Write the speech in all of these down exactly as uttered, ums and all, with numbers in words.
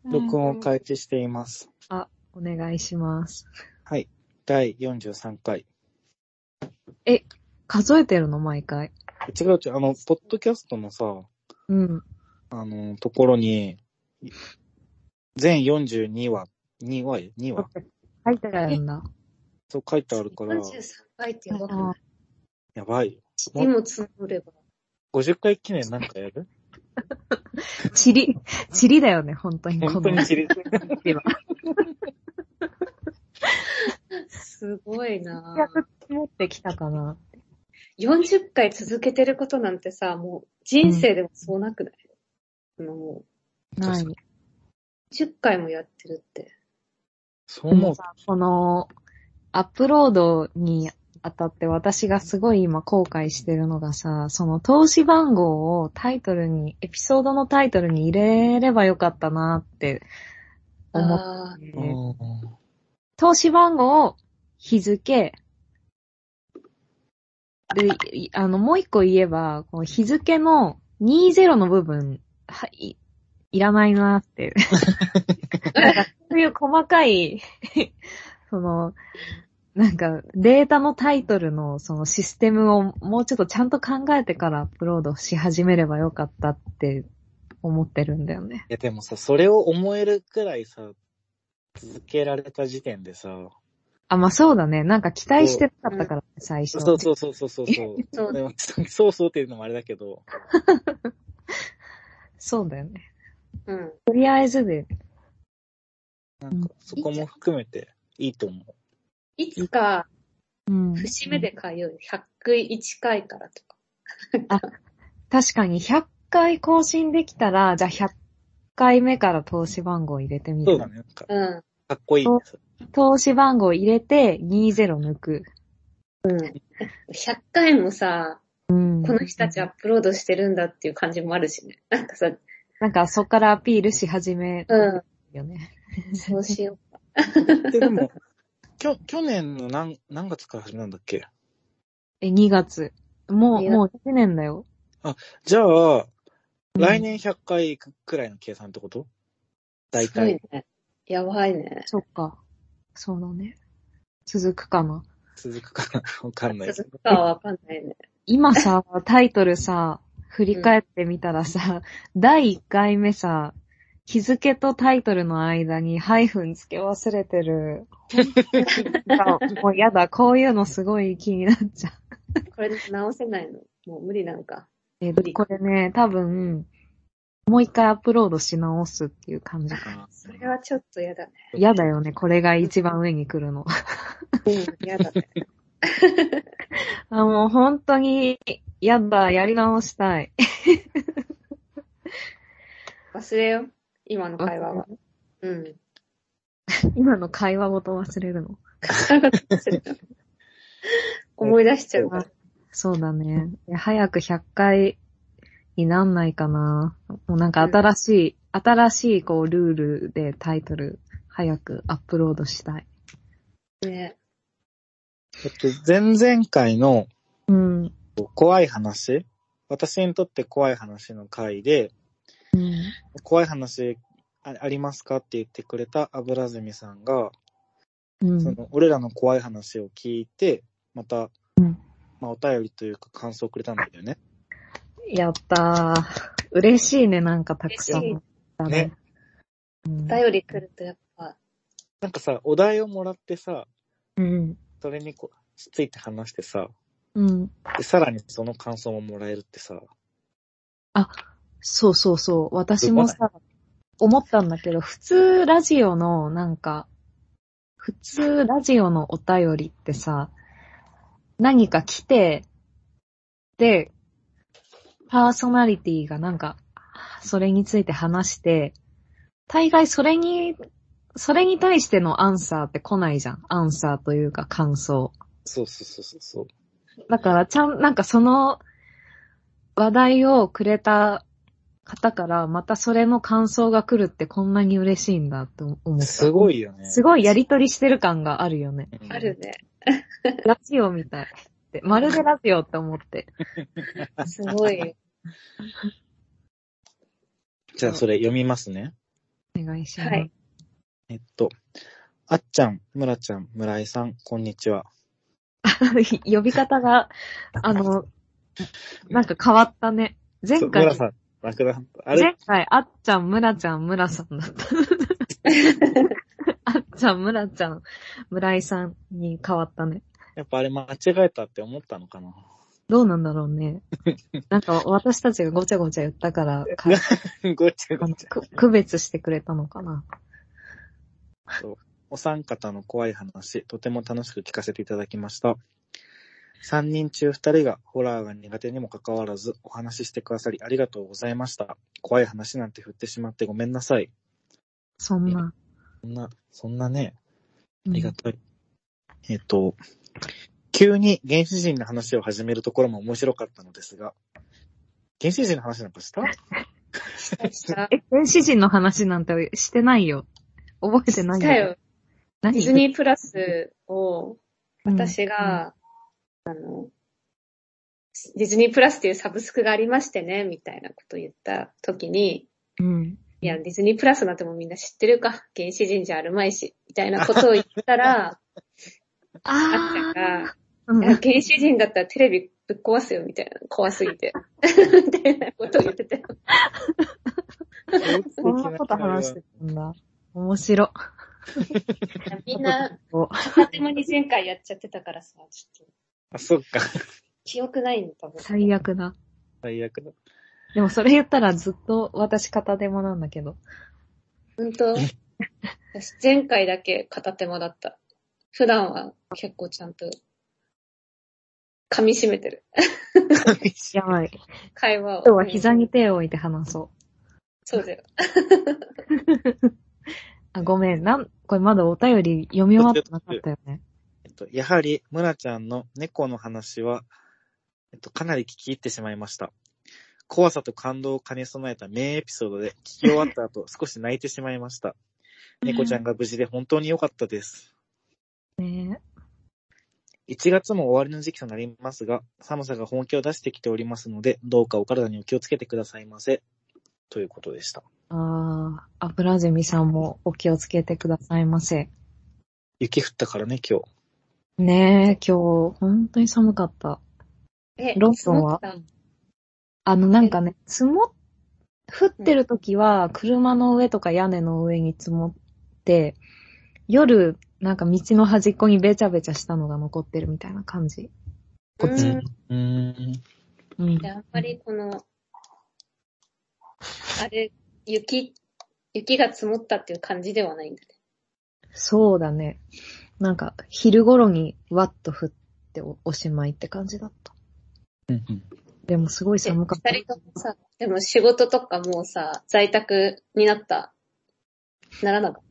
録音を開始しています。 あ、お願いします。 はい。だいよんじゅうさんかい。 え、数えてるの毎回。 違う違う、あの、ポッドキャストのさ、 うん。 あの、ところに、全よんじゅうにわ、にわ、にわ書いてあるんだ。 そう書いてあるから。 よんじゅうさんかいってやばくない？ やばいよ。 荷物乗れば。 ごじゅっかい記念なんかやる？ チリ、チリだよね、本当に。 本当にチリ。 すごいなぁ。持ってきたかな。 よんじゅっかい続けてることなんてさ、もう人生でもそうなくない？うん、もうない。 じゅっかいもやってるって。 そう思う。 この、アップロードにあたって私がすごい今後悔してるのがさ、その投資番号をタイトルに、エピソードのタイトルに入れればよかったなって思って、投資番号、日付、で、あの、もう一個言えば、この日付のにじゅうの部分、はい、いらないなって。そういう細かい、その、なんか、データのタイトルのそのシステムをもうちょっとちゃんと考えてからアップロードし始めればよかったって思ってるんだよね。 いやでもさ、それを思えるくらいさ、続けられた時点でさ。 あ、まあそうだね。なんか期待してなかったから、ね、最初。 そうそうそうそうそう。 そうでもそうそうっていうのもあれだけど。 そうだよね。 うん。 とりあえずで。 なんかそこも含めていいと思う。 いつか、 うん、 節目で通う。ひゃくいちかいからとか。 あ、確かにひゃっかい更新できたら、じゃあひゃっかいめから投資番号入れてみる。 そうだね。なんか、 うん。 かっこいい、ね。 投資番号入れてにじゅう抜く。 うん。ひゃっかいもさ、 うん、 この人たちアップロードしてるんだっていう感じもあるしね。なんかさ、 なんかそっからアピールし始めるよね。 うん。そうしようか。 で, でも、きょ、去年の何、何月から始めたんだっけ？ え、にがつ。もう、もういちねんだよ。 あ、じゃあ、うん、来年ひゃっかいくらいの計算ってこと？大体。 すごいね。やばいね。 そっか。そうだね。続くかな。 続くかなわかんない。 続くかはわかんないね。 今さ、タイトルさ、振り返ってみたらさ、うん、だいいっかいめさ、日付とタイトルの間にハイフン付け忘れてる。もうやだ、こういうのすごい気になっちゃう。 これで直せないの？もう無理なんか。 えー、これね、多分、もう一回アップロードし直すっていう感じかな。 それはちょっと嫌だね。 嫌だよね、これが一番上に来るの。 うん、嫌だね。 あ、もう本当に、嫌だ、やり直したい。 忘れよ、今の会話は。うん。 今の会話ごと忘れるの。 思い出しちゃうから。 そうだね。早くひゃっかいになんないかな。もうなんか新しい、うん、新しいこうルールでタイトル早くアップロードしたい。 ね。 えっと、前々回の、 うん、 怖い話、私にとって怖い話の回で、うん、怖い話 あ, ありますかって言ってくれた油積さんが、うん、その俺らの怖い話を聞いて、また、うんまあ、お便りというか感想をくれたんだよね。 やったー。嬉しいね、なんかたくさん。 嬉しいね。 うん、お便り来るとやっぱ。 なんかさ、お題をもらってさ、 うん、 それにこうついて話してさ、 うん、 で、さらにその感想ももらえるってさ。 あ、そうそうそう。私もさ、思ったんだけど、普通ラジオのなんか、普通ラジオのお便りってさ、何か来て、で、パーソナリティがなんか、それについて話して、大概それに、それに対してのアンサーって来ないじゃん。アンサーというか感想。 そうそうそうそう。 だからちゃん、なんかその話題をくれた方からまたそれの感想が来るってこんなに嬉しいんだって思った。 すごいよね。 すごいやりとりしてる感があるよね。 あるね。 ラジオみたい。まるでラジオって思って。 すごい。 じゃあそれ読みますね。 お願いします。 はい。 えっと、あっちゃん、むらちゃん、村井さん、こんにちは。 呼び方が、あの、なんか変わったね。前回、 むらさん、楽だ。あれ前回、あっちゃん、むらちゃん、むらさんだった。あっちゃん、むらちゃん、村井さんに変わったね。 やっぱあれ間違えたって思ったのかな。 どうなんだろうね。なんか私たちがごちゃごちゃ言ったから、 ごちゃごちゃ。 区別してくれたのかな。 そう。お三方の怖い話、とても楽しく聞かせていただきました。三人中二人がホラーが苦手にもかかわらずお話ししてくださりありがとうございました。怖い話なんて振ってしまってごめんなさい。 そんな。 そんな、そんなね、ありがたい。うん、えっと、急に原始人の話を始めるところも面白かったのですが、原始人の話なんかしたえ、原始人の話なんてしてないよ。覚えてないんだよ。 ディズニープラスを私が、うん、あの、ディズニープラスっていうサブスクがありましてね、みたいなことを言った時に、うん、いや、ディズニープラスなんてもみんな知ってるか、原始人じゃあるまいし、みたいなことを言ったら、あっちゃんが、うん、原始人だったらテレビぶっ壊すよ、みたいな。怖すぎて。みたいなことを言ってたよ。 そんなこと話してたんだ。面白。 みんな、片手間に前回やっちゃってたからさ、ちょっと。 あ、そっか。 記憶ないんだ、多分。 最悪だ。 最悪だ。 でもそれ言ったらずっと私片手間なんだけど。 ほんと私前回だけ片手間だった。普段は結構ちゃんと噛み締めてる。 やばい。 会話を。 今日は膝に手を置いて話そう。 そうだよ。 あ、ごめん。なん、これまだお便り読み終わってなかったよね。 えっと、やはり、むなちゃんの猫の話は、えっと、かなり聞き入ってしまいました。怖さと感動を兼ね備えた名エピソードで聞き終わった後、少し泣いてしまいました。猫ちゃんが無事で本当に良かったです。ねえ。いちがつも終わりの時期となりますが、寒さが本気を出してきておりますので、どうかお体にお気をつけてくださいませ。ということでした。 ああ、アブラゼミさんもお気をつけてくださいませ。 雪降ったからね、今日。ねえ、今日、本当に寒かった。 え、 ロンドンはあの、なんかね、積もっ、降ってる時は、車の上とか屋根の上に積もって、夜、なんか道の端っこにべちゃべちゃしたのが残ってるみたいな感じ。こっち。うーん。うん。あんまりこの、あれ、雪、雪が積もったっていう感じではないんだね。そうだね。 なんか、昼頃にわっと降って お, おしまいって感じだった。 うんうん、 でもすごい寒かった。 二人ともさ、でも仕事とかもうさ、在宅になった、ならなかった。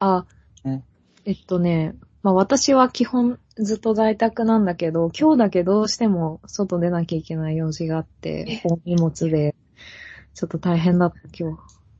あ、うん、えっとね、まあ私は基本ずっと在宅なんだけど、今日だけどうしても外出なきゃいけない用事があって、大荷物で、ちょっと大変だった今日。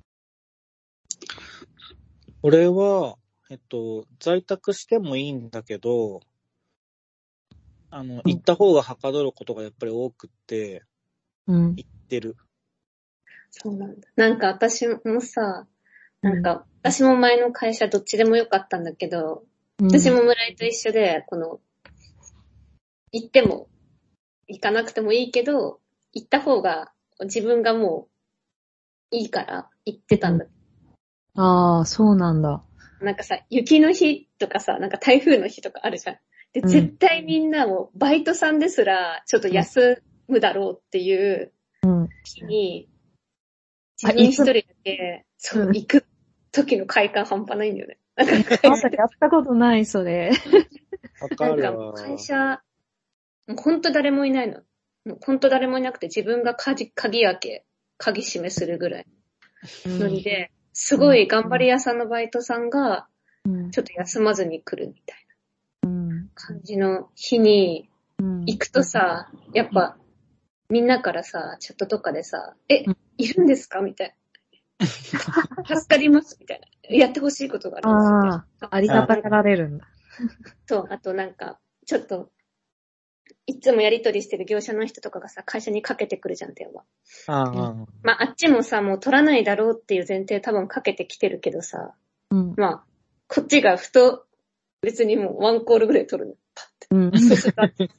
俺は、えっと、在宅してもいいんだけど、あの、行った方がはかどることがやっぱり多くって、うん。行ってる。 そうなんだ。なんか私もさ、なんか、うん、私も前の会社どっちでもよかったんだけど、うん、私も村井と一緒で、この、行っても、行かなくてもいいけど、行った方が自分がもういいから行ってたんだ。 うん、ああ、そうなんだ。 なんかさ、雪の日とかさ、なんか台風の日とかあるじゃん。で、絶対みんなもバイトさんですら、ちょっと休むだろうっていう日に、自分一人だけ、そう、行く時の快感半端ないんだよね。なんか会社やったことない、それ。 わかるわ。 なんか会社、もうほんと誰もいないの。もうほんと誰もいなくて、自分が鍵、鍵開け、鍵閉めするぐらいのりで、すごい頑張り屋さんのバイトさんが、ちょっと休まずに来るみたいな。感じの日に行くとさ、やっぱみんなからさ、チャットとかでさ、え、いるんですかみたいな。助かりますみたいな。やってほしいことがあるんですよ。 ああ、ありがたがられるんだ。 そう、あとなんか、ちょっと、 いつもやりとりしてる業者の人とかがさ、会社にかけてくるじゃん、電話。 ああ、 まあ、あっちもさ、もう取らないだろうっていう前提多分かけてきてるけどさ、 うん。 まあ、こっちがふと、別にもうワンコールぐらい取るの。パッて。 うん。 そうすると、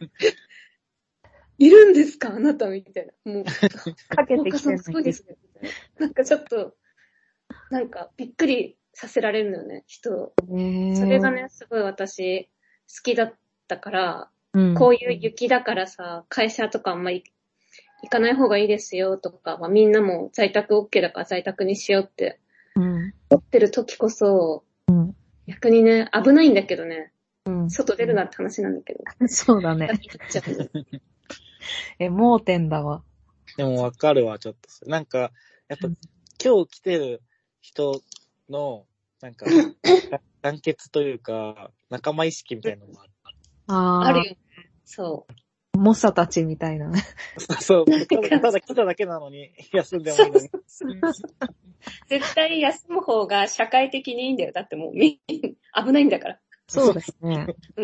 いるんですかあなたみたいな。もう、 かけてきてるすごいですね。みたいな。なんかちょっと、なんかびっくりさせられるのよね、人を。 ね。 それがね、すごい私、好きだったから、 うん、 こういう雪だからさ、会社とかあんまり行かない方がいいですよとか、まあ、みんなも在宅 OK だから在宅にしようって思ってる時こそ、 うん、 逆にね、危ないんだけどね、 うん、 外出るなって話なんだけど。 そうだね。え、盲点だわ。 でもわかるわ、ちょっと。なんか、やっぱ、うん、今日来てる人の、なんか、団結というか、仲間意識みたいなのもある。 ああ。あるよね。そう。 猛者たちみたいなね。 そう、ただ、ただ来ただけなのに、休んでもいいのに。 絶対休む方が社会的にいいんだよ。だってもう、危ないんだから。 そうですね。 うん。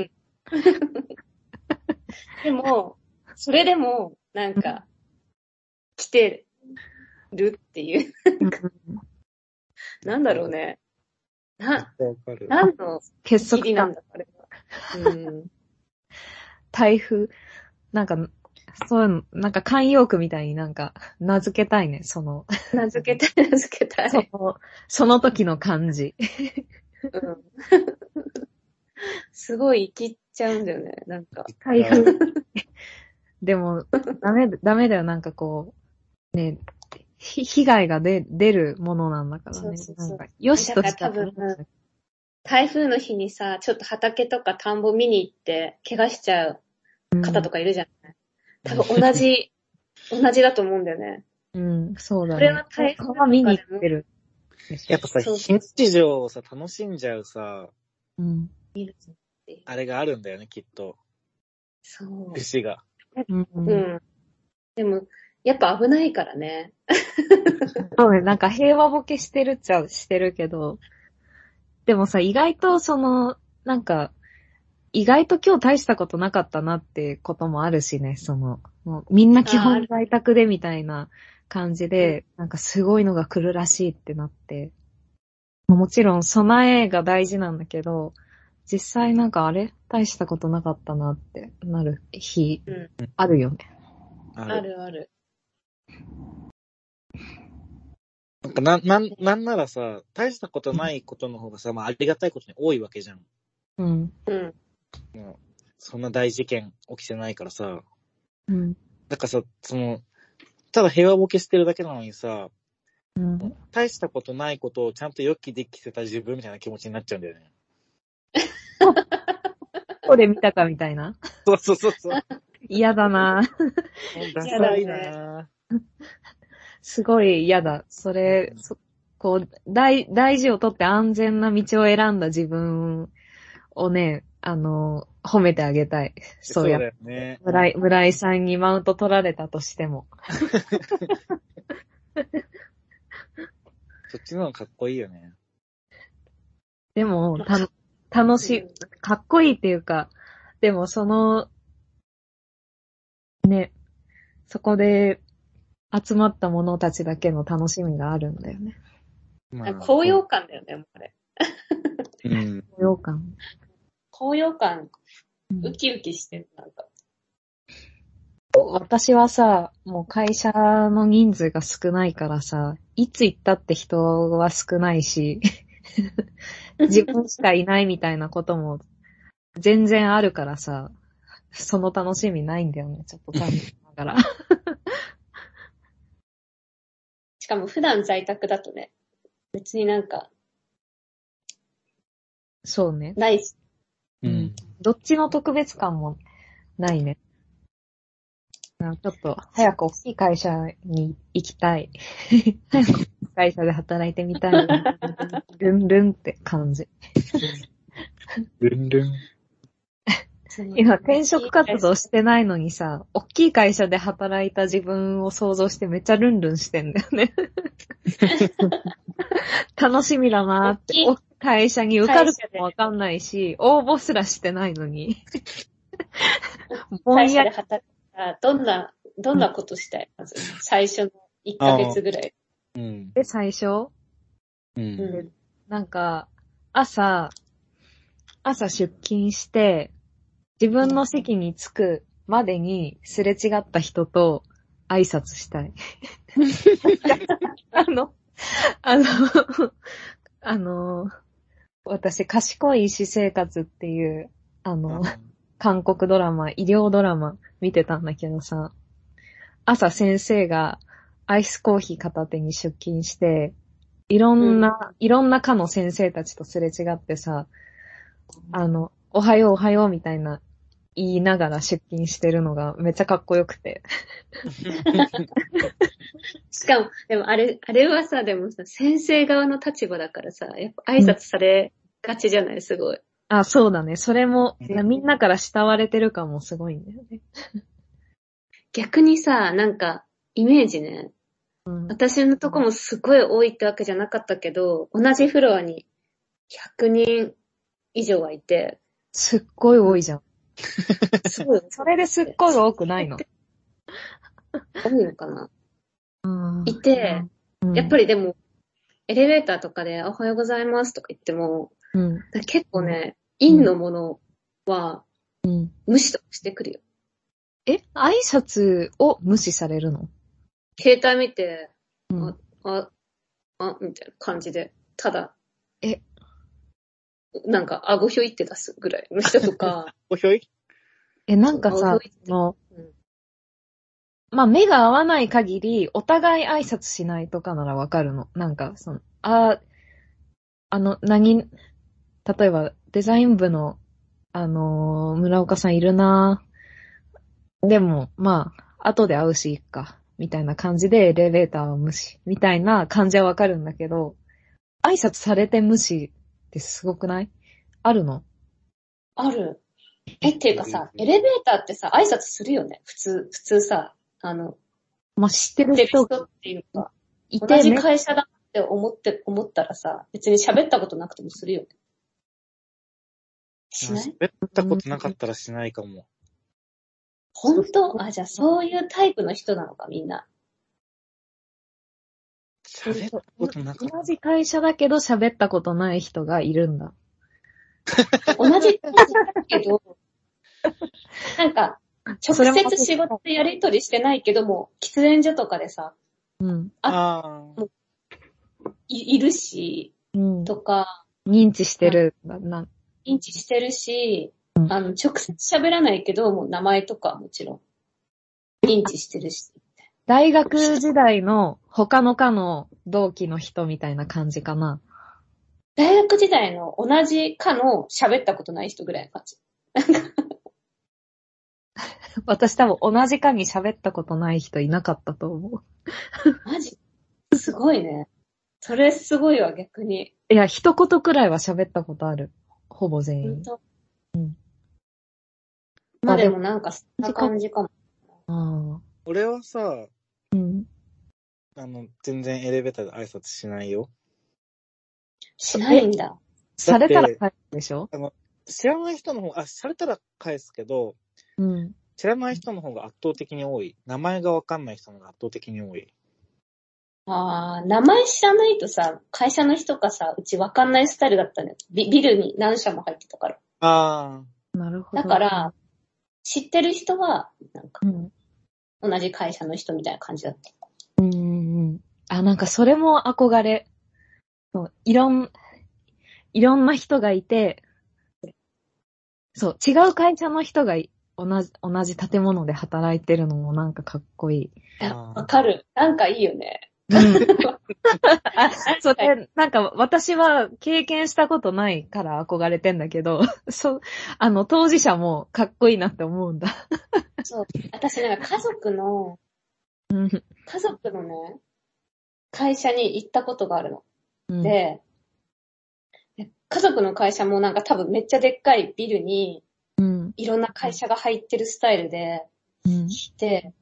でも、それでも、なんか、来てるっていう。なんだろうね。な、何の結束感なんだ、これは。うん。 台風、なんか、そういうの、なんか慣用句みたいになんか、名付けたいね、その。 名付けたい、名付けたい。 その、その時の感じ。 うん。すごい生きっちゃうんだよね、なんか。 台風。でも、ダメ、ダメだよ、なんかこう、ね、被害が出、出るものなんだからね。そうそうそう、なんかよしとしたら、 多分、台風の日にさ、ちょっと畑とか田んぼ見に行って、怪我しちゃう方とかいるじゃない、うん、多分同じ、同じだと思うんだよね。 うん、そうだね。 これは台風とか見に行ってる。 やっぱさ、非日常をさ、楽しんじゃうさ、 うん。 あれがあるんだよね、きっと。 そう。 節が。 うん。 うん。でも、やっぱ危ないからね。 そうね、なんか平和ボケしてるっちゃしてるけど、でもさ、意外とその、なんか、意外と今日大したことなかったなってこともあるしね、その、もうみんな基本在宅でみたいな感じで、なんかすごいのが来るらしいってなって、もちろん備えが大事なんだけど、実際なんかあれ大したことなかったなってなる日、うん、あるよね。 あるある。 なんかな、なん、なんならさ、大したことないことの方がさ、まあありがたいことに多いわけじゃん。 うん。 うん。 もうそんな大事件起きてないからさ。 うん。 だからさ、その、ただ平和ボケしてるだけなのにさ、 うん、 大したことないことをちゃんと予期できてた自分みたいな気持ちになっちゃうんだよね。 これ見たかみたいな。 そうそうそうそう。 嫌だなぁ。ダサいなぁ。 すごい嫌だ。それ、そこう、大、大事をとって安全な道を選んだ自分をね、あの、褒めてあげたい。 そうや。そうだよね。 村井、村井さんにマウント取られたとしても。 そっちの方がかっこいいよね。 でも、た、楽しい、かっこいいっていうか、でもその、ね、そこで集まった者たちだけの楽しみがあるんだよね。 まあ、高揚感だよね、これ。 うん。 高揚感。 高揚感、ウキウキしてる、なんか。 私はさ、もう会社の人数が少ないからさ、いつ行ったって人は少ないし、自分しかいないみたいなことも全然あるからさ、その楽しみないんだよね、ちょっと残念ながら。 しかも普段在宅だとね、別になんか、 そうね。 ないし。 うん。どっちの特別感もないね。ちょっと早く大きい会社に行きたい。早く大きい会社で働いてみたい。ルンルンって感じ。 ルンルン。 今転職活動してないのにさ、大きい会社で働いた自分を想像してめっちゃルンルンしてんだよね。楽しみだなーって。会社に受かるかもわかんないし、応募すらしてないのに。 会社で働いたら、どんな、どんなことしたい、まず、最初のいっかげつぐらい。 うん。 で、最初うん。 でなんか、朝、朝出勤して、自分の席に着くまでにすれ違った人と挨拶したい。あの、あの、あの、私、賢い医師生活っていう、あの、韓国ドラマ、医療ドラマ見てたんだけどさ、朝先生がアイスコーヒー片手に出勤して、いろんな、うん、いろんな科の先生たちとすれ違ってさ、あの、おはようおはようみたいな言いながら出勤してるのがめっちゃかっこよくて。 しかも、でもあれ、あれはさ、でもさ、先生側の立場だからさ、やっぱ挨拶されがちじゃない、すごい。 あ、そうだね。それも、みんなから慕われてるかもすごいんだよね。 逆にさ、なんか、イメージね、うん、私のとこもすごい多いってわけじゃなかったけど、同じフロアにひゃくにん以上はいて。 すっごい多いじゃん。すごい。それですっごい多くないの？ 多いのかな、うん、いて、うん、やっぱりでも、エレベーターとかでおはようございますとか言っても、うん、結構ね、陰のものは、無視とかしてくるよ。 え、挨拶を無視されるの？ 携帯見て、うん、あ、あ、あ、みたいな感じで、ただ、 え、 なんか、あごひょいって出すぐらいの人とか。 ごひょいえ、なんかさ、の、うん、まあ、目が合わない限り、お互い挨拶しないとかならわかるの。なんか、その、あ、あの、何、例えば、デザイン部の、あのー、村岡さんいるなぁ。でも、まあ、後で会うし、いっか。みたいな感じで、エレベーターは無視。みたいな感じはわかるんだけど、挨拶されて無視ってすごくない？あるの？ ある。え、っていうかさ、エレベーターってさ、挨拶するよね。普通、普通さ、あの、 まあ、知ってる人っていうか、いて同じ会社だって思って、思ったらさ、別に喋ったことなくてもするよね。しない？ 喋ったことなかったらしないかも。 本当？あ、じゃあそういうタイプの人なのか、みんな。 喋ったことなかった。 同じ会社だけど喋ったことない人がいるんだ。 同じ会社だけど、なんか、直接仕事でやりとりしてないけども、喫煙所とかでさ、うん、ああい、いるし、うん、とか、 認知してるな。 認知してるし、うん、あの、直接喋らないけど、もう名前とかもちろん、認知してるし。 大学時代の他の科の同期の人みたいな感じかな。 大学時代の同じ科の喋ったことない人ぐらいの感じ。 私多分同じ科に喋ったことない人いなかったと思う。 マジ？すごいね。それすごいわ、逆に。 いや、一言くらいは喋ったことある。ほぼ全員。うん。 まあでもなんかそんな感じかも。 ああ。俺はさ、うん。あの、全然エレベーターで挨拶しないよ。 しないんだ。 されたら返すでしょ？ あの、知らない人の方、あ、されたら返すけど、うん。知らない人の方が圧倒的に多い。名前がわかんない人の方が圧倒的に多い。 ああ、名前知らないとさ、会社の人かさ、うちわかんないスタイルだったね。ビ, ビルに何社も入ってたから。 ああ、なるほど。 だから、知ってる人は、なんか、うん、同じ会社の人みたいな感じだった。 うんうん。あ、なんかそれも憧れ。そう、いろん、いろんな人がいて、そう、違う会社の人が同じ、同じ建物で働いてるのもなんかかっこいい。 いや、わかる。なんかいいよね。 うん、あ、それ、なんか私は経験したことないから憧れてんだけど、そう、あの、当事者もかっこいいなって思うんだ。 そう。私なんか家族の、家族のね、会社に行ったことがあるの。うん、で、家族の会社もなんか多分めっちゃでっかいビルに、いろんな会社が入ってるスタイルで、うん、で、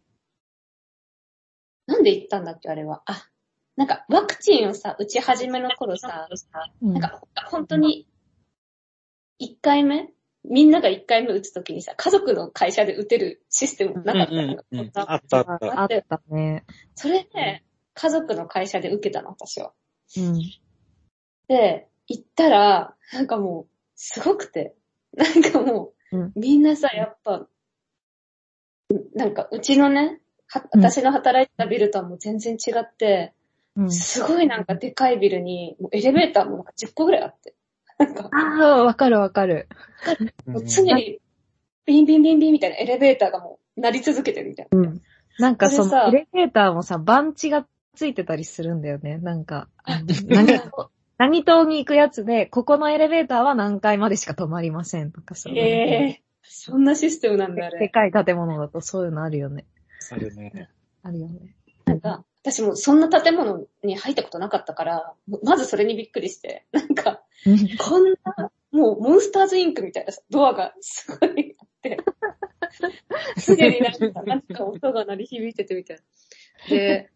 なんで行ったんだっけあれは。あ、なんかワクチンをさ、打ち始めの頃さ、うん、なんか本当にいっかいめみんながいっかいめ打つときにさ、家族の会社で打てるシステムなかったの、 うんうんうん、あったあった。 あったね。 それで、家族の会社で受けたの、私は。 うん。 で、行ったら、なんかもう、すごくて。なんかもう、うん、みんなさ、やっぱ、なんか、うちのね、は私の働いてたビルとはもう全然違って、うん、すごいなんかでかいビルに、もうエレベーターもなんかじゅっこぐらいあって。なんかああ、わかるわかる。 もう常に、ビンビンビンビンみたいなエレベーターがもう鳴り続けてるみたいな。 うん、なんかそのエレベーターもさ、番地がついてたりするんだよね。なんか、あの何何棟に行くやつで、ここのエレベーターは何階までしか止まりませんとかさ。 えー、そんなシステムなんだ、あれ。 でかい建物だとそういうのあるよね。 あるね。 あるよね。 なんか、私もそんな建物に入ったことなかったから、まずそれにびっくりして、なんか、こんな、もうモンスターズインクみたいなドアがすごいあって、すでになんか、なんか音が鳴り響いててみたいな。で、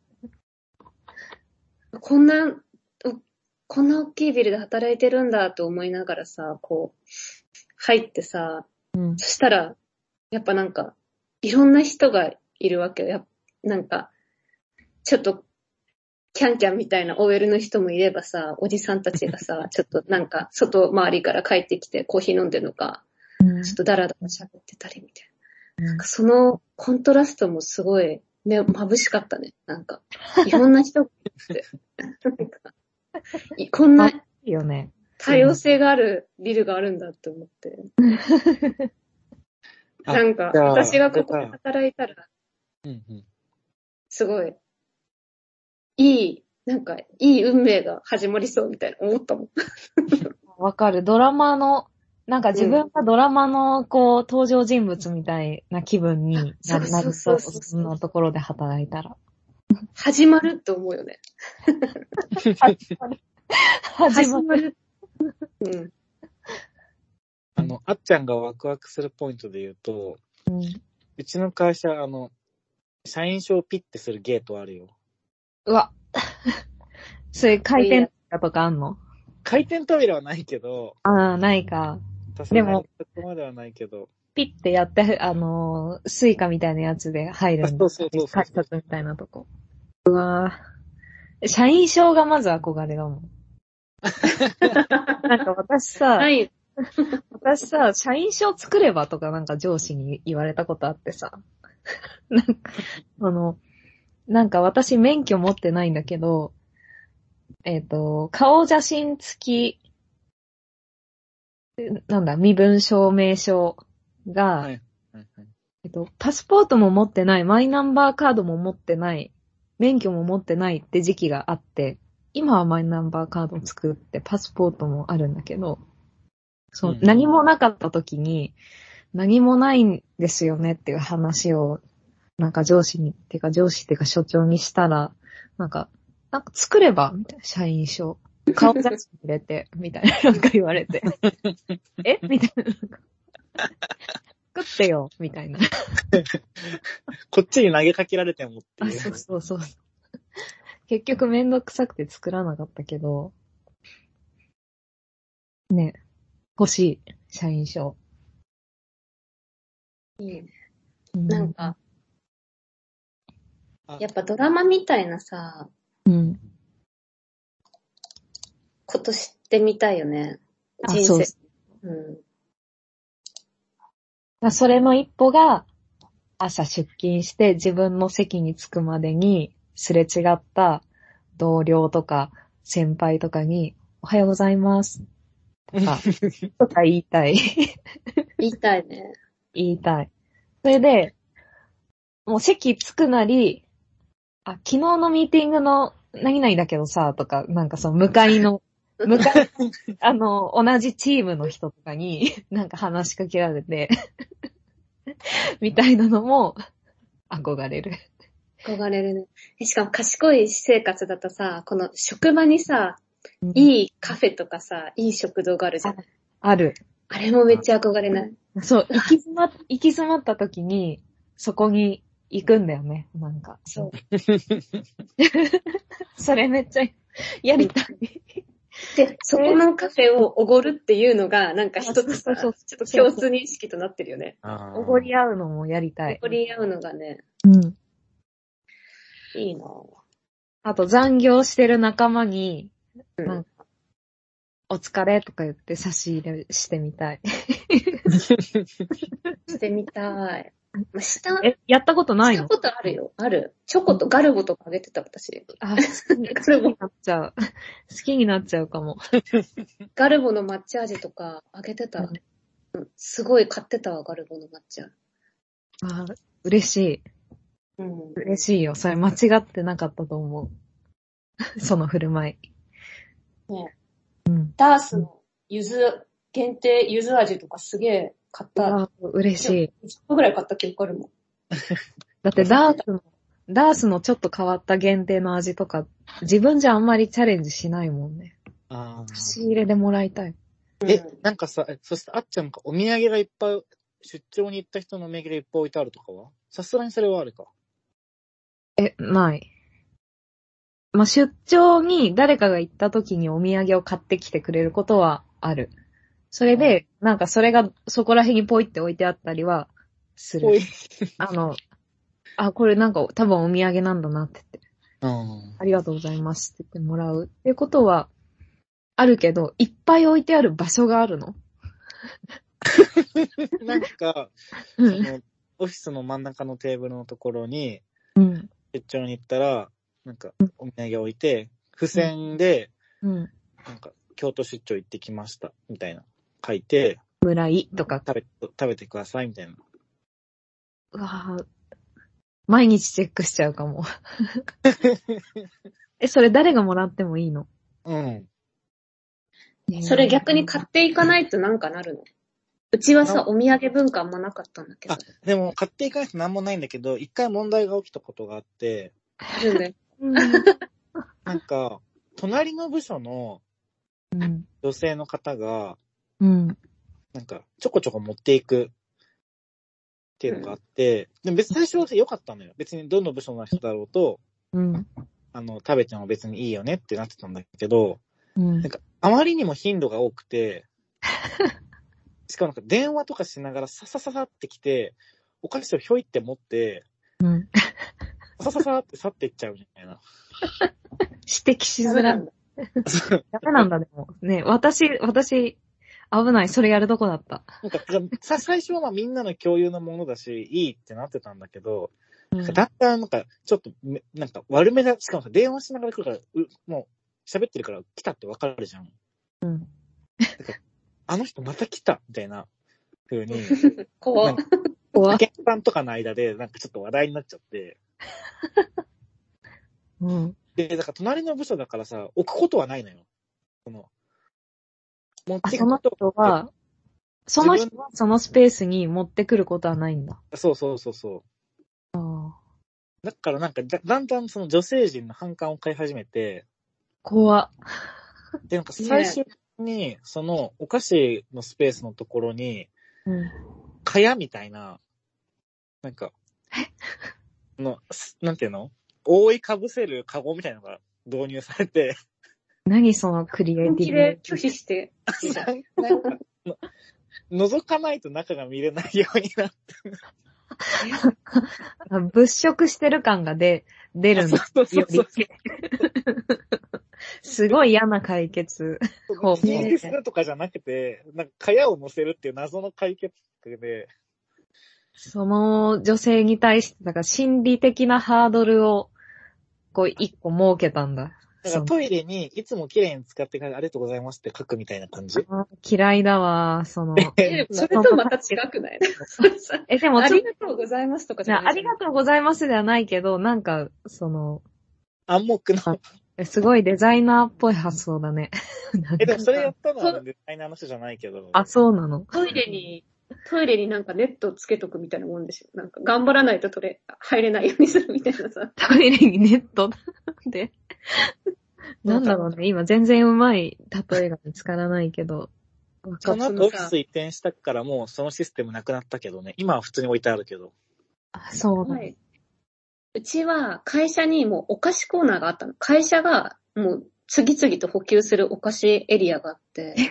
こんな、こんな大きいビルで働いてるんだと思いながらさ、こう、入ってさ、うん、そしたら、やっぱなんか、いろんな人がいるわけよ。やなんか、ちょっと、キャンキャンみたいな オーエル の人もいればさ、おじさんたちがさ、ちょっとなんか、外周りから帰ってきてコーヒー飲んでるのか、うん、ちょっとダラダラ喋ってたりみたいな。うん、なんかそのコントラストもすごい、目、眩しかったね。なんか、いろんな人がいて。なんかこんな、いいよね。多様性があるビルがあるんだって思って。なんか、私がここで働いたら、 うんうん、 すごい、いい、なんか、いい運命が始まりそうみたいな思ったもん。 わかる。ドラマの、なんか自分がドラマの、こう、登場人物みたいな気分になると、そんなところで働いたら。 始まるって思うよね。始まる。始まる。うん。 あの、あっちゃんがワクワクするポイントで言うと、うん、うちの会社、あの、社員証をピッてするゲートあるよ。 うわ。そういう回転扉とかあんの？ 回転扉はないけど。 ああ、ないか。 でも、そこまではないけど。 ピッてやって、あのー、スイカみたいなやつで入るんだ。 そうそうそうそう。 改札みたいなとこ。うわぁ。社員証がまず憧れだもん。なんか私さ、はい、私さ、社員証作ればとかなんか上司に言われたことあってさ。なんか、あの、なんか私免許持ってないんだけど、えっと、顔写真付き、なんだ、身分証明書が、はいはいはい、えっと、パスポートも持ってない、マイナンバーカードも持ってない、免許も持ってないって時期があって、今はマイナンバーカードを作ってパスポートもあるんだけど、そう、うん、何もなかった時に、何もないんですよねっていう話を、なんか上司に、っていうか上司っていうか所長にしたら、なんか、なんか作ればみたいな、社員証。顔写真入れて、みたいな、なんか言われて。えみたいな。作ってよ、みたいな。 こっちに投げかけられてもっていう。 あ、そうそうそう。結局めんどくさくて作らなかったけど、ね、欲しい、社員証。 いいね。なんか、やっぱドラマみたいなさ、 うん。 こと知ってみたいよね。人生。そううん。それの一歩が、朝出勤して自分の席に着くまでに、すれ違った同僚とか先輩とかに、おはようございます。とか、とか言いたい。 言いたいね。 言いたい。それで、もう席着くなり、あ、昨日のミーティングの何々だけどさ、とか、なんかその向かいの、向かい、あの、同じチームの人とかに、なんか話しかけられて、みたいなのも、憧れる。 憧れるね。しかも賢い私生活だとさ、この職場にさ、うん、いいカフェとかさ、いい食堂があるじゃん。 ある。 あれもめっちゃ憧れない。 そう、行き詰ま、行き詰まった時に、そこに行くんだよね、なんか。そう。それめっちゃやりたい。 で、そこのカフェをおごるっていうのが、なんか一つさ、ちょっと共通認識となってるよね。 おごり合うのもやりたい。 おごり合うのがね。 うん。 いいなぁ。 あと残業してる仲間に、なんか、うん、お疲れとか言って差し入れしてみたい。 してみたい。まあ、した、 え、やったことないの？ したことあるよ。ある。チョコとガルボとかあげてた、私。 あ、好きになっちゃう。好きになっちゃうかも。 ガルボの抹茶味とかあげてた。うん、すごい買ってたわ、ガルボの抹茶。 あ、嬉しい。うん。嬉しいよ。それ間違ってなかったと思う。その振る舞い。 ねえ。うん。ダースのゆず、限定ゆず味とかすげえ買った。 あ、嬉しい。 いっこぐらい買った記憶あるもん。 だってダースの、ダースのちょっと変わった限定の味とか、自分じゃあんまりチャレンジしないもんね。ああ。差し入れでもらいたい。 え、うん、なんかさ、そしてあっちゃんかお土産がいっぱい、出張に行った人のお土産がいっぱい置いてあるとかは？さすがにそれはあるか？ え、ない。まあ、出張に誰かが行った時にお土産を買ってきてくれることはある。それで、うん、なんかそれがそこら辺にポイって置いてあったりはする。あの、あ、これなんか多分お土産なんだなって言って。うん、ありがとうございますって言ってもらうっていうことはあるけど、いっぱい置いてある場所があるの。 なんか、その、オフィスの真ん中のテーブルのところに、うん、出張に行ったら、なんか、お土産置いて、付箋で、うん、なんか、京都出張行ってきました、みたいな、書いて、 村井とか。 食べ、食べてください、みたいな。 うわぁ、毎日チェックしちゃうかも。え、それ誰がもらってもいいの？ うん。 それ逆に買っていかないとなんかなるの？うちはさ、お土産文化あんまなかったんだけど。 あ、でも買っていかないとなんもないんだけど、一回問題が起きたことがあって、 あるね。 なんか、隣の部署の女性の方が、うん、なんか、ちょこちょこ持っていくっていうのがあって、うん、でも別に最初は良かったのよ。別にどの部署の人だろうと、うん、あの、食べても別にいいよねってなってたんだけど、うん、なんか、あまりにも頻度が多くて、しかもなんか電話とかしながらささささって来て、お菓子をひょいって持って、うん、さささって去っていっちゃうみたいな。 指摘しづらい。ダメなんだ、でも。ね、私、私、危ない。それやるとこだった。 なんか、さ、最初はまあみんなの共有のものだし、いいってなってたんだけど、うん、だんだんなんか、ちょっと、なんか悪めだ、しかもさ、電話しながら来るから、うもう、喋ってるから来たってわかるじゃん。うん。あの人また来たみたいな風に。 怖っ。 怖っ。お客さんとかの間で、なんかちょっと話題になっちゃって。うん。で、だから隣の部署だからさ、置くことはないのよ。その、 持ってくその人は、その人はそのスペースに持ってくることはないんだ。 そうそうそうそう。ああ。だからなんかだ、だんだんその女性陣の反感を買い始めて。 怖っ。 で、なんか最初に、そのお菓子のスペースのところに、うん、かやみたいな、なんか、の、なんていうの？覆いかぶせるカゴみたいなのが導入されて。 何そのクリエイティブ。 で拒否して。 なんかの、覗かないと中が見れないようになって。 物色してる感が出、出るんだ。そうそうそうそうすごい嫌な解決方法。気にするとかじゃなくて、なんか、かやを乗せるっていう謎の解決で。 その女性に対して、だから心理的なハードルを、こう、一個設けたんだ。 だからトイレにいつも綺麗に使ってからありがとうございますって書くみたいな感じ。 嫌いだわ、その。 え、それとまた違くないえ、でもありがとうございますとかじゃない。 ありがとうございますではないけど、なんか、その。 暗黙の。 すごいデザイナーっぽい発想だね。 え、でもそれやったのはデザイナーの人じゃないけど。 あ、そうなの。 トイレに、トイレになんかネットをつけとくみたいなもんですよ。なんか頑張らないとトイレ入れないようにするみたいなさ。 トイレにネットで。なんだろうね。今全然うまい例えが見つからないけど。 その後オフィス移転したからもうそのシステムなくなったけどね。今は普通に置いてあるけど。 あ、そうだね。はい。 うちは会社にもうお菓子コーナーがあったの。会社がもう次々と補給するお菓子エリアがあって。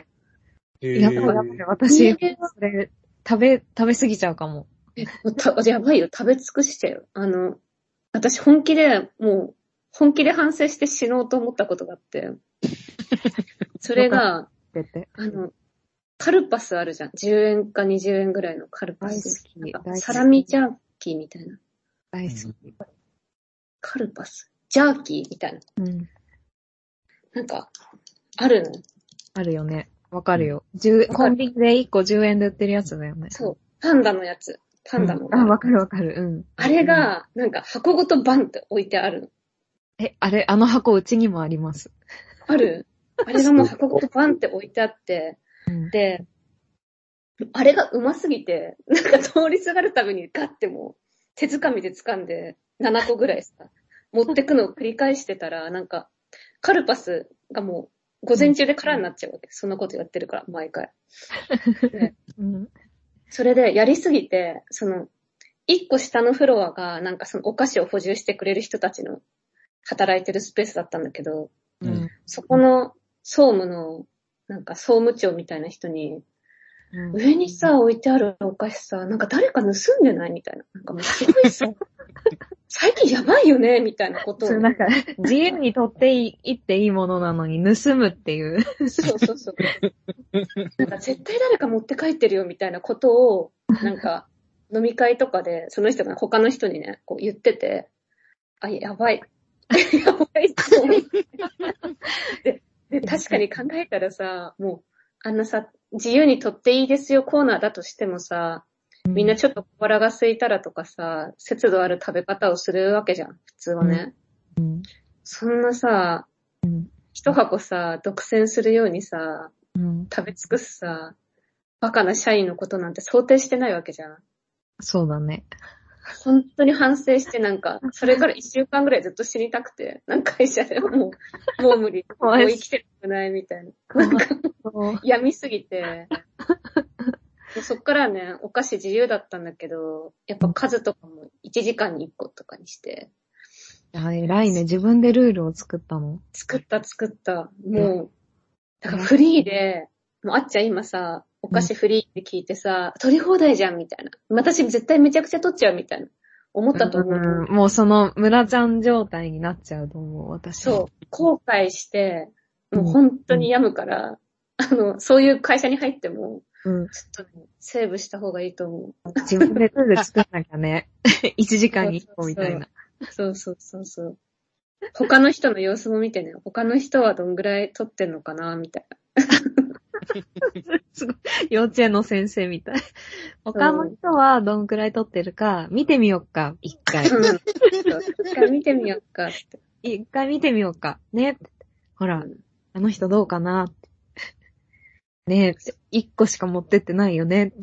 やばいやばい。私、それ、食べ、食べ過ぎちゃうかも。 え、たやばいよ。食べ尽くしてよ。あの、私本気で、もう、本気で反省して死のうと思ったことがあって。それが、あの、カルパスあるじゃん。じゅうえんかにじゅうえんぐらいのカルパス。大好き。サラミジャーキーみたいな。 大好き。 カルパス。ジャーキーみたいな。うん。なんか、あるの？ あるよね。わかるよ。コンビニでいっこじゅうえんで売ってるやつだよね。 そう。パンダのやつ。パンダの、 うん。あ、わかるわかる。うん。 あれが、なんか箱ごとバンって置いてあるの。 え、あれ、あの箱うちにもあります。 ある？あれがもう箱ごとバンって置いてあって、うん、で、あれがうますぎて、なんか通りすがるたびにガッてもう、手掴みで掴んで、ななこぐらいさ、持ってくのを繰り返してたら、なんか、カルパスがもう、午前中で空になっちゃうわけ。そんなことやってるから、毎回。でうん、それで、やりすぎて、その、一個下のフロアが、なんかそのお菓子を補充してくれる人たちの働いてるスペースだったんだけど、うん、そこの総務の、なんか総務長みたいな人に、うん、上にさ、置いてあるお菓子さ、なんか誰か盗んでないみたいな。なんかもうすごいさ、最近やばいよねみたいなことを、ね。 なんか、自由に取っていっていいものなのに盗むっていう。 そうそうそう。なんか絶対誰か持って帰ってるよみたいなことを、なんか、飲み会とかで、その人が他の人にね、こう言ってて、あ、やばい。やばいと思ってでで。確かに考えたらさ、もう、あのさ、自由に取っていいですよコーナーだとしてもさ、みんなちょっと小腹が空いたらとかさ、節度ある食べ方をするわけじゃん、普通はね。うん、そんなさ、うん、一箱さ、独占するようにさ、うん、食べ尽くすさ、バカな社員のことなんて想定してないわけじゃん。 そうだね。 本当に反省してなんか、それから一週間ぐらいずっと死にたくて、なんか会社でもう、もう無理。もう生きてくないみたいな。なんか、病みすぎて。そっからね、お菓子自由だったんだけど、やっぱ数とかもいちじかんにいっことかにして。 あ、偉いね。自分でルールを作ったの？ 作った作った。もう、だからフリーで、もうあっちゃん今さ、お菓子フリーって聞いてさ、取り放題じゃんみたいな。私絶対めちゃくちゃ取っちゃうみたいな。思ったと思う。 うん、もうその村ちゃん状態になっちゃうと思う、私。 そう。後悔して、もう本当に病むから、うん、あの、そういう会社に入っても、うん、ちょっと、ね、セーブした方がいいと思う。 自分でルール作んなきゃね。いちじかんにいっこみたいな。 そうそうそうそう。他の人の様子も見てね、他の人はどんぐらい取ってんのかなみたいな。 すごい。幼稚園の先生みたい。他の人はどんくらい取ってるか、見てみよっか、一回。 うん、一回見てみよっかって。 一回見てみよっか。ね。ほら、うん、あの人どうかなって。ねえ、一個しか持ってってないよね。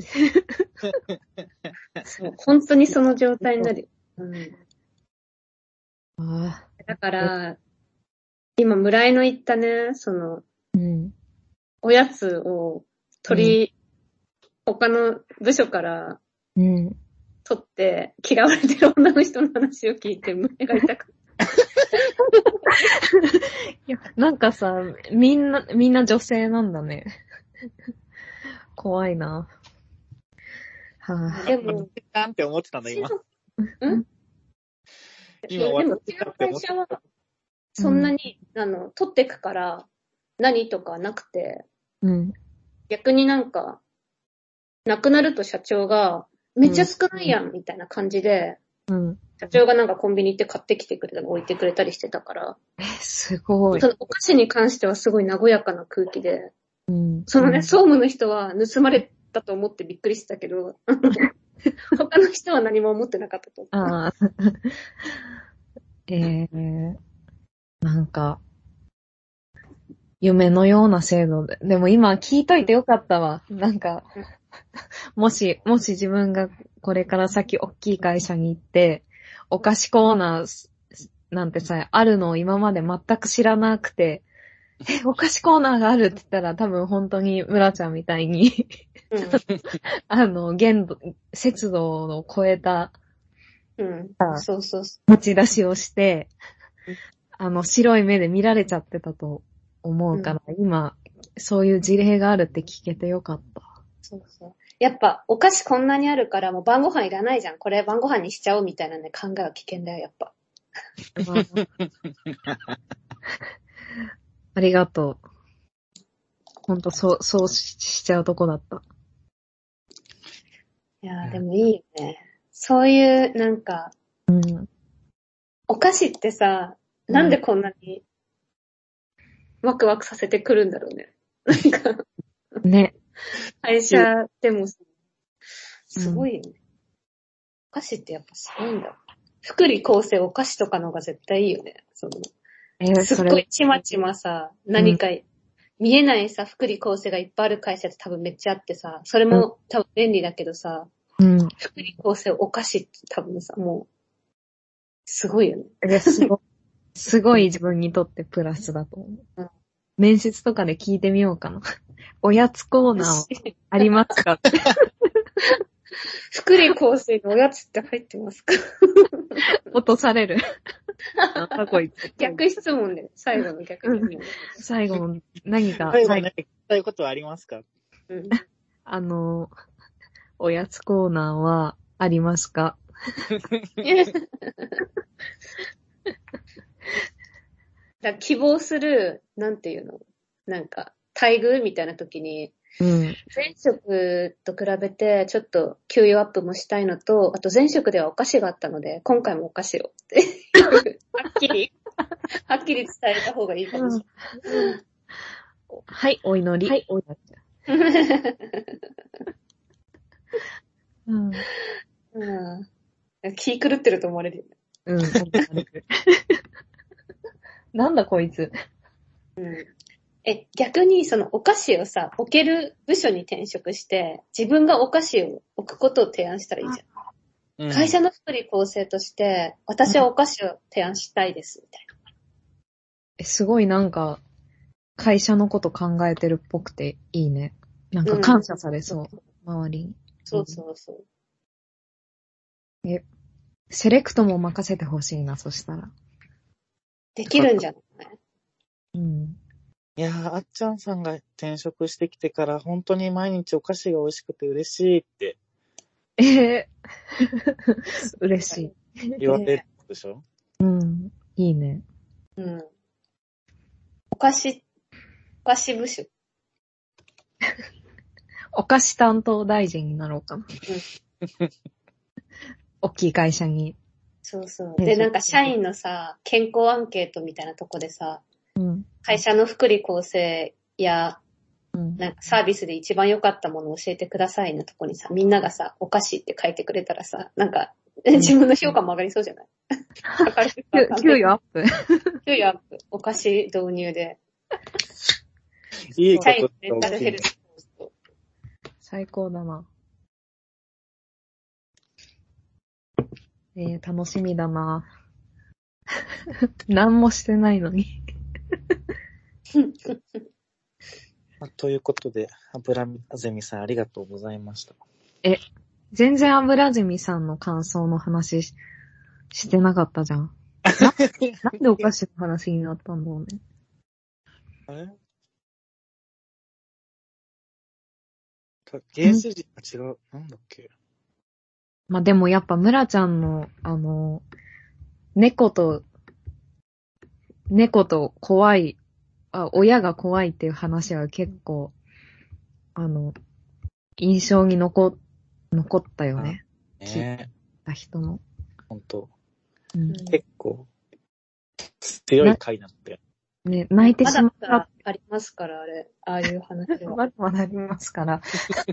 そう、本当にその状態になる。うん、 あだから、今、村井の言ったね、その、うん、おやつを取り、うん、他の部署から取って嫌われてる女の人の話を聞いて胸が痛くいや、なんかさ、みんな、みんな女性なんだね。怖いな。 はぁ、あ。でも、なんて思ってたんだ、今。 ん今、でも、うちの会社は、そんなに、うん、あの、取ってくから、何とかなくて、うん、逆になんか、亡くなると社長が、めっちゃ少ないやん、うん、みたいな感じで、うん、社長がなんかコンビニ行って買ってきてくれたり置いてくれたりしてたから、 え、すごい。 そのお菓子に関してはすごい和やかな空気で、うん、そのね、総務の人は盗まれたと思ってびっくりしたけど、他の人は何も思ってなかったと思う。ああ。 えー、なんか、夢のような制度で。でも今聞いといてよかったわ。なんか、もし、もし自分がこれから先大きい会社に行って、お菓子コーナーなんてさ、あるのを今まで全く知らなくて、え、お菓子コーナーがあるって言ったら多分本当に村ちゃんみたいに、うん、あの、限度、節度を超えた、 うん、そうそうそう。 持ち出しをして、あの、白い目で見られちゃってたと思うから、うん、今、そういう事例があるって聞けてよかった。 そうそう。やっぱ、お菓子こんなにあるから、もう晩ご飯いらないじゃん。これ晩ご飯にしちゃおうみたいなね、考えは危険だよ、やっぱ。 ありがとう。ほんと、そう、そうしちゃうとこだった。 いやー、でもいいよね。そういう、なんか、うん、お菓子ってさ、なんでこんなにワクワクさせてくるんだろうね。なんか、 ね。 会社でも、すごいよね、うん。お菓子ってやっぱすごいんだ。福利厚生お菓子とかの方が絶対いいよね。そのえー、すっごいちまちまさ、何か、うん、見えないさ、福利厚生がいっぱいある会社って多分めっちゃあってさ、それも多分便利だけどさ、うん、福利厚生お菓子って多分さ、もう、すごいよね。 すごい、すごい自分にとってプラスだと思う。うん、面接とかで聞いてみようかな。おやつコーナーありますか福利厚生のおやつって入ってますか落とされる。 逆質問で、最後の逆質問。 最後の何か。 最後に何か聞きたいことはありますか、 うん、あの、おやつコーナーはありますかだ希望する、なんていうのなんか、待遇みたいな時に、うん、前職と比べてちょっと給与アップもしたいのと、あと前職ではお菓子があったので、今回もお菓子をってはっきり、はっきり伝えた方がいいかもしれない。うん、 はい、お祈り。はい、お祈り。 うんうん、気狂ってると思われるよね。 うん。なんだこいつ。 うん。え、逆にそのお菓子をさ、置ける部署に転職して、自分がお菓子を置くことを提案したらいいじゃん。うん、会社の福利厚生として、私はお菓子を提案したいです、みたいな。 え、すごいなんか、会社のこと考えてるっぽくていいね。なんか感謝されそう、うん、周りに。 そうそうそう。 え、セレクトも任せてほしいな、そしたら。 できるんじゃない？ うん。 いやー、あっちゃんさんが転職してきてから本当に毎日お菓子が美味しくて嬉しいって。 ええー、嬉しい。言われるでしょ？ うん。いいね。 うん。お菓子、お菓子部署。 お菓子担当大臣になろうかな。うん、大きい会社に。 そうそう。で、なんか社員のさ、健康アンケートみたいなとこでさ、うん、会社の福利厚生や、うん、なんかサービスで一番良かったものを教えてくださいのとこにさ、みんながさ、お菓子って書いてくれたらさ、なんか、うん、自分の評価も上がりそうじゃない？ 給与アップ給与アップ。お菓子導入で。 いいこと。 レンタルヘルス。 最高だな。えー、楽しみだな。何もしてないのに。 ということで、油ゼミさんありがとうございました。 え、全然油ゼミさんの感想の話 し, してなかったじゃん。な, なんでお菓子の話になったんだろうね。 あれ原始人が違う。なんだっけ。 まあ、でもやっぱ村ちゃんの、あの、猫と、猫と怖い、あ、親が怖いっていう話は結構、あの、印象に残、残ったよね。 ね聞いた人の。 ほんと。うん、結構、強い回なんだよ。 ね、泣いてしまった。 まだありますから、あれ。ああいう話は。 まだまだありますから。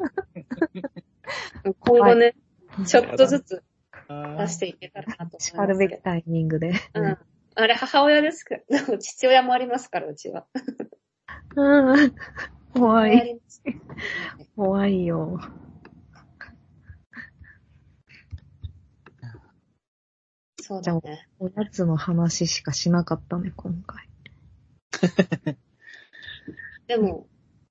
今後ね、ちょっとずつ出していけたらなと思います。 叱るべきタイミングで。 うん。あれ、母親ですけど、父親もありますから、うちは。 うん。怖い。怖いよ。 そうだね。 おやつの話しかしなかったね、今回。 でも、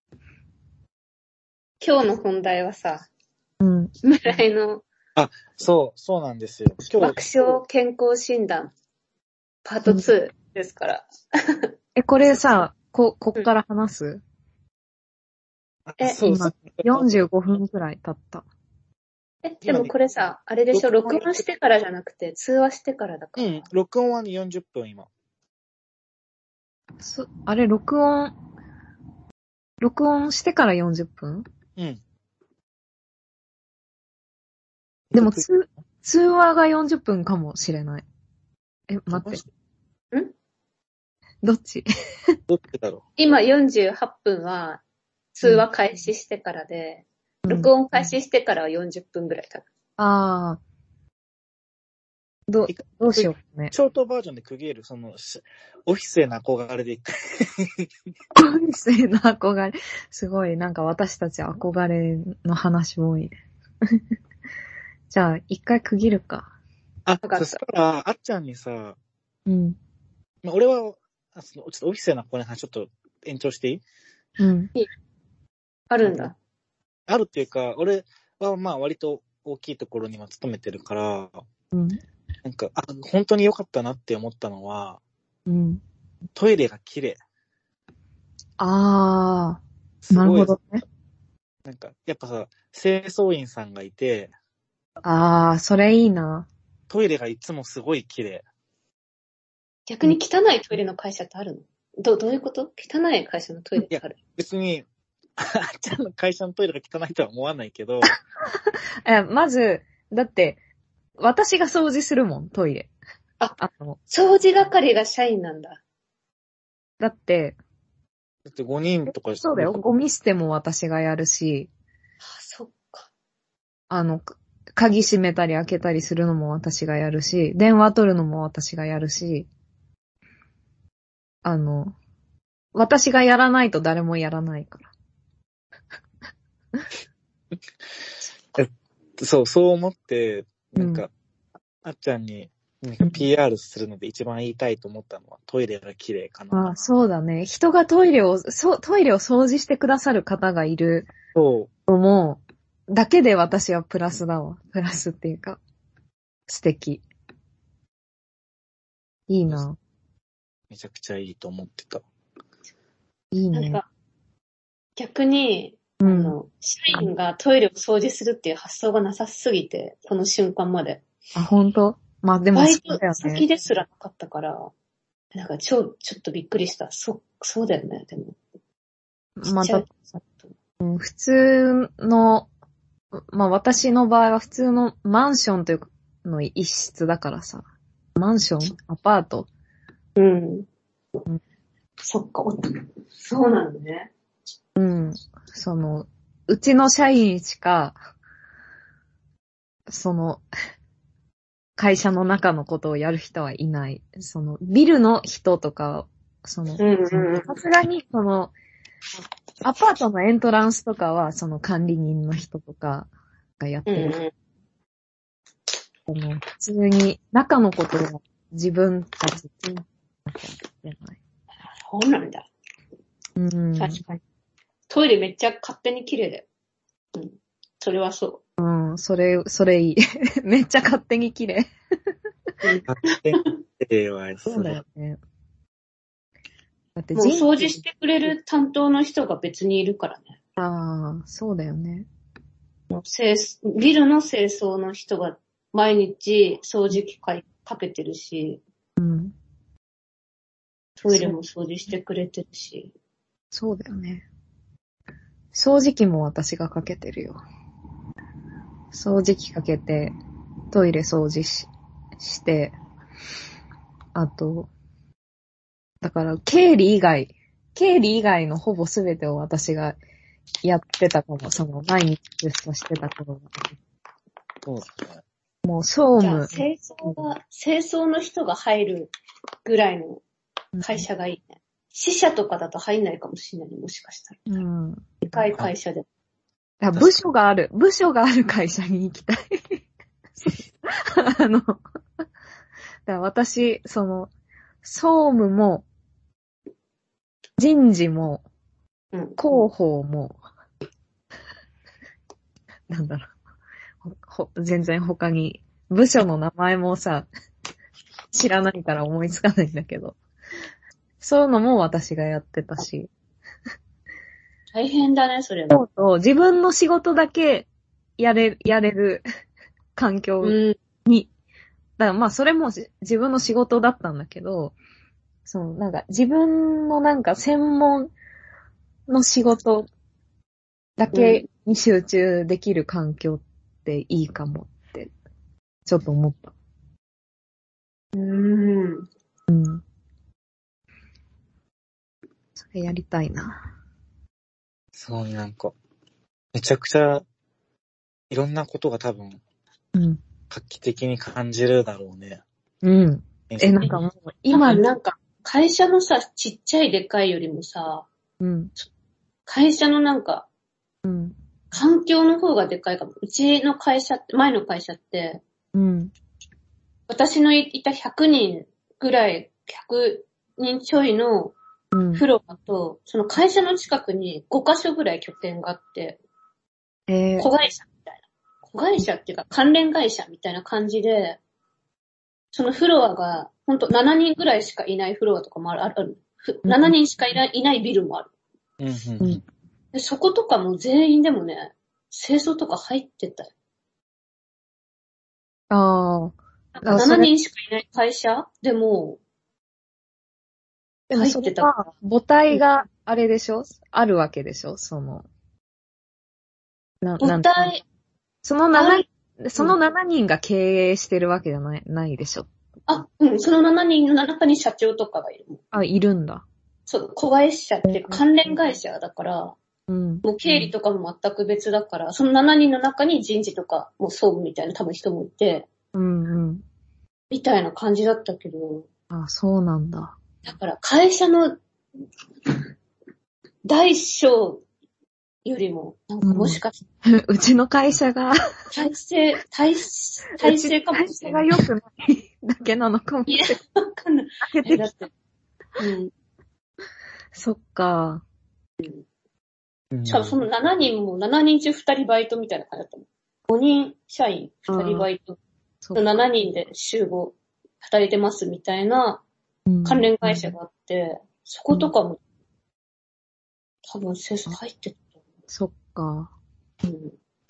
今日の本題はさ、 うん。 村井の、 あ、そう、そうなんですよ。 今日爆笑健康診断、パートツーですから。 え、これさ、 こ、こっから話す？ え、 そうそう。 今、よんじゅうごふんくらい経った。 え、でもこれさ、あれでしょ、録音してからじゃなくて、通話してからだから。 うん、録音はね、よんじゅっぷん今。 そ、あれ、録音、録音してからよんじゅっぷん？ うん。 でも、通、通話がよんじゅっぷんかもしれない。え、待って。 ん？ どっち？ どっちだろう。 今よんじゅうはっぷんは、通話開始してからで、うん、録音開始してからはよんじゅっぷんぐらい経つ。 ああ。ど、どうしようかね。 ショートバージョンで区切る、その、オフィスへの憧れで。 オフィスへの憧れ。すごい、なんか私たち憧れの話多い。じゃあ、一回区切るか。 あ、そしたら、あっちゃんにさ、 うん。 まあ、俺は、あそのちょっとオフィスへの憧れの話ちょっと延長していい？ うん。いい。 あるんだ。 あるっていうか、俺はまあ割と大きいところには勤めてるから、 うん。 なんか、あ、本当に良かったなって思ったのは、 うん。 トイレが綺麗。 ああ、なるほどね。 なんか、やっぱさ、清掃員さんがいて、 ああ、それいいな。 トイレがいつもすごい綺麗。 逆に汚いトイレの会社ってあるの？ど、どういうこと？汚い会社のトイレってある？ いや、別に、あっちゃんの会社のトイレが汚いとは思わないけど。 え、まず、だって、私が掃除するもん、トイレ。 あ、あの、掃除係が社員なんだ。 だって、 だってごにんとかそうだよ。ゴミ捨ても私がやるし。 あ、そっか。 あの、鍵閉めたり開けたりするのも私がやるし、電話取るのも私がやるし、あの、私がやらないと誰もやらないから。 そう、そう思って、なんか、うん、あっちゃんに、なんか ピーアール するので一番言いたいと思ったのは、トイレが綺麗かな。 あ、そうだね。人がトイレを、そう、トイレを掃除してくださる方がいるのも、だけで私はプラスだわ。プラスっていうか、素敵。いいな。 めちゃくちゃいいと思ってた。 いいね。 なんか逆に、うん、あの、社員がトイレを掃除するっていう発想がなさすぎて、この瞬間まで。 あ、本当？まあでも、 バイト先ですらなかったから、なんか超、ちょっとびっくりした。そ、そうだよね、でも。 また、うん、普通の、まあ私の場合は普通のマンションというの一室だからさ。マンション？アパート？ うん。うん、そっか、そうなのね。 うん。その、うちの社員しか、その、会社の中のことをやる人はいない。その、ビルの人とか、その、さすがに、その、アパートのエントランスとかは、その管理人の人とかがやってる。うんうん、その普通に、中のことを自分たちでやってない。 そうなんだ。 うん。 確かに。トイレめっちゃ勝手に綺麗だよ。うん。それはそう。 うん、それ、それいい。めっちゃ勝手に綺麗。 勝手に綺麗はそうだよね。 だってもう掃除してくれる担当の人が別にいるからね。 ああ、そうだよね。 ビルの清掃の人が毎日掃除機かけてるし、 うん。 トイレも掃除してくれてるし。 そうだよね。掃除機も私がかけてるよ。掃除機かけて、トイレ掃除し、して、あと、だから、経理以外、経理以外のほぼすべてを私がやってたかも、その、毎日出社してた頃は。 そうですね。 もう、総務。 じゃあ、清掃が、清掃の人が入るぐらいの会社がいいね。うん、支社とかだと入んないかもしれないね、もしかしたら。うん。でかい会社で。 部署がある、部署がある会社に行きたい。あの、だから私、その、総務も、人事も、うん、広報も、なんだろうほ、全然他に、部署の名前もさ、知らないから思いつかないんだけど、 そういうのも私がやってたし。 大変だね、それも。 そうそう、自分の仕事だけやれ、やれる環境に。うん、だからまあそれも自分の仕事だったんだけど、そう、なんか自分のなんか専門の仕事だけに集中できる環境っていいかもって、ちょっと思った。 うーん。 うん。それやりたいな。 そうね、なんか、めちゃくちゃ、いろんなことが多分、うん。画期的に感じるだろうね。 うん。え、なんかもう、 今、なんか、会社のさ、ちっちゃいでかいよりもさ、うん。会社のなんか、うん。環境の方がでかいかも。うちの会社って、前の会社って、うん。私のいたひゃくにんぐらい、ひゃくにんちょいのフロアと、うん、その会社の近くにごカ所ぐらい拠点があって、えー、子会社みたいな。子会社っていうか関連会社みたいな感じで、そのフロアが、ほんとななにんぐらいしかいないフロアとかもある。あるななにんしかいない、いないビルもある。うんうんうん、でそことかも全員でもね、清掃とか入ってたよ。 ああ。ななにんしかいない会社でも、 でもそれは母体があれでしょ、うん、あるわけでしょその。 な母体そのなな、そのななにんが経営してるわけじゃない、ないでしょ。 あ、うん、そのななにんの中に社長とかがいる。 あ、いるんだ。 そう、子会社って関連会社だから、うん、もう経理とかも全く別だから、そのななにんの中に人事とか、もう総務みたいな多分人もいて、うんうん。みたいな感じだったけど。 あ、そうなんだ。 だから会社の大小よりも、なんかもしかして、 うん、うちの会社が体制、体、体制かもしれない。 会社が良くないだけなのかもしれない。いや、 わかんない。 開けてきた。うん。そっか。 うん。しかもそのしちにんもしちにん中ふたりバイトみたいな感じだったもん。ごにん社員、ふたりバイト。しちにんで週ご働いてますみたいな関連会社があって、うん、そことかも、多分清掃入ってた。 そっか。うん。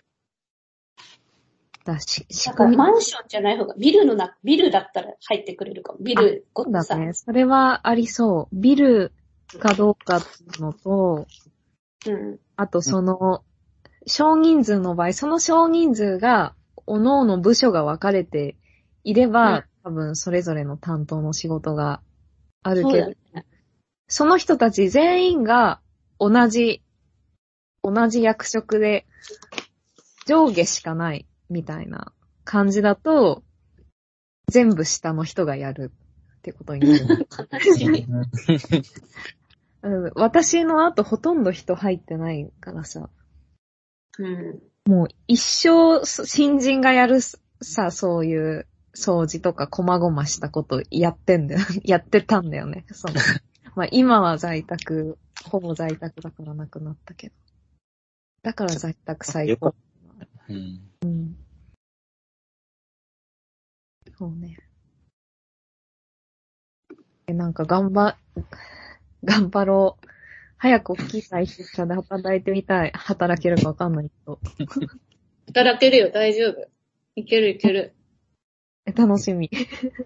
だし、 しかもマンションじゃない方が、ビルのな、ビルだったら入ってくれるかも。ビルごとさ。 そうだね。それはありそう。ビルかどうかっていうのと、うん。あとその、少人数の場合、その少人数が、各々部署が分かれていれば、うん、多分それぞれの担当の仕事があるけど、そ, ね、その人たち全員が同じ、同じ役職で上下しかないみたいな感じだと、全部下の人がやるってことになる。悲しい。私の後ほとんど人入ってないからさ。うん、もう一生新人がやるさ、そういう掃除とか細々したことやってんだよ。やってたんだよね。そのまあ今は在宅、ほぼ在宅だからなくなったけど。だから在宅最高。うん。うん。そうね。え、なんか頑張、頑張ろう。早く大きい会社で働いてみたい。働けるかわかんないけど。 働けるよ、大丈夫。いけるいける。 え、楽しみ。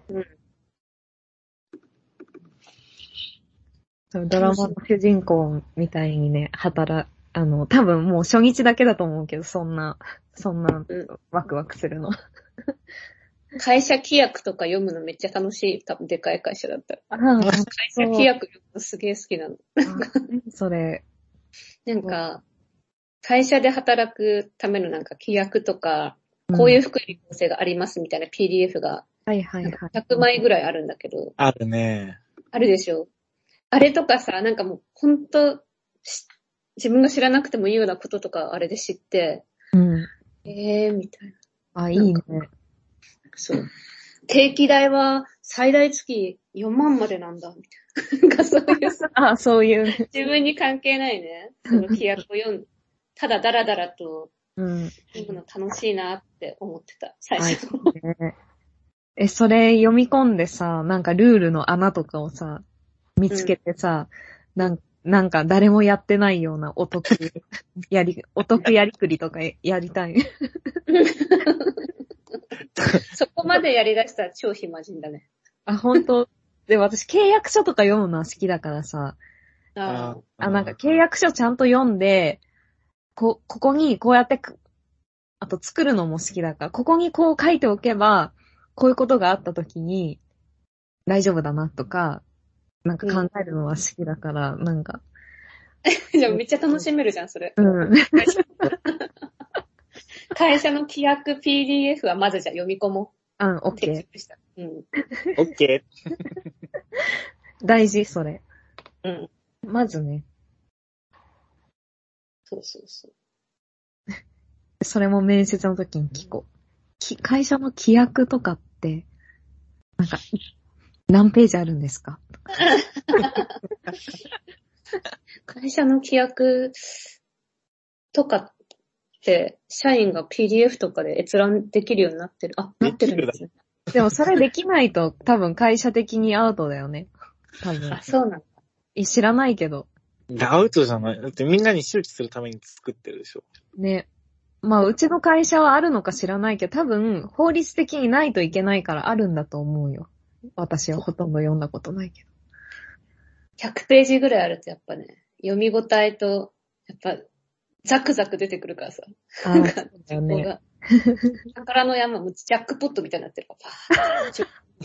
うん、ドラマの主人公みたいにね、働、あの、多分もう初日だけだと思うけど、そんな、そんな、ワクワクするの。 会社規約とか読むのめっちゃ楽しい。多分でかい会社だったら。ああ、会社規約読むのすげえ好きなの。 それ。 なんか、会社で働くためのなんか規約とか、こういう福利厚生がありますみたいな ピーディーエフ が、 はいはいはい。 ひゃくまいぐらいあるんだけど。 あるね。 あるでしょ。あれとかさ、なんかもうほんと、自分が知らなくてもいいようなこととかあれで知って、うん。ええー、みたいな。 あ、いいね。 そう。定期代は最大月よんまんまでなんだ、みたいな。なんかそういうさ。 あ、そういう。 自分に関係ないね。その規約を読んで、ただダラダラと、うん。読むの楽しいなって思ってた、最初。 ね、え、それ読み込んでさ、なんかルールの穴とかをさ、 見つけてさ、うん、なんなんか誰もやってないようなお得やり、お得やりくりとかやりたい。 そこまでやり出したら超暇人だね。 あ、本当で、私契約書とか読むのは好きだからさ。 ああ、なんか契約書ちゃんと読んで、こ、ここにこうやってく、あと作るのも好きだから、ここにこう書いておけば、こういうことがあった時に大丈夫だなとか、なんか考えるのは好きだから、うん、なんか。 じゃあめっちゃ楽しめるじゃん、それ。 うん。 会社の規約 ピーディーエフ はまずじゃあ読み込もう。 うん、オッケー。うん。 オッケー。 大事、それ。 うん。 まずね。 そうそうそう。 それも面接の時に聞こう。き会社の規約とかって、なんか、何ページあるんですか会社の規約とかって、社員が ピーディーエフ とかで閲覧できるようになってる。あ、なってるんですね。 でもそれできないと多分会社的にアウトだよね。多分。 あ、そうなんだ。 知らないけど。 アウトじゃない。だってみんなに周知するために作ってるでしょ。 ね。まあ、うちの会社はあるのか知らないけど、多分、法律的にないといけないからあるんだと思うよ。私はほとんど読んだことないけど。 ひゃくページぐらいあるとやっぱね、読み応えと、やっぱ、ザクザク出てくるからさ。 ああ、そうだよね。 宝の山もジャックポットみたいになってるから。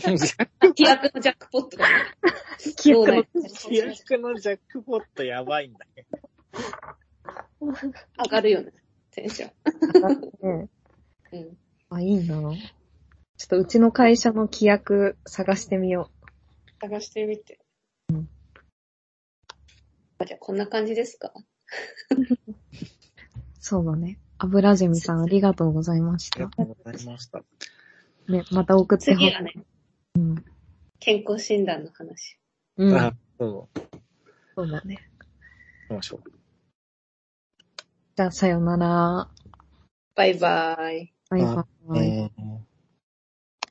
規約のジャックポットが、ね。 規約の、規約のジャックポットやばいんだね。 上がるよね。テンション。 うんうん。 あ、いいな。ちょっとうちの会社の規約探してみよう。 探してみて。 うん。 じゃあこんな感じですか？ そうだね。油ゼミさんありがとうございました。 ありがとうございました。 ね、また送ってほしい。 次はね、 うん、 健康診断の話。 うん。 あ、そう。 そうだね。 行きましょう。 じゃあ、さよなら。 バイバイ。 バイバイ。 えー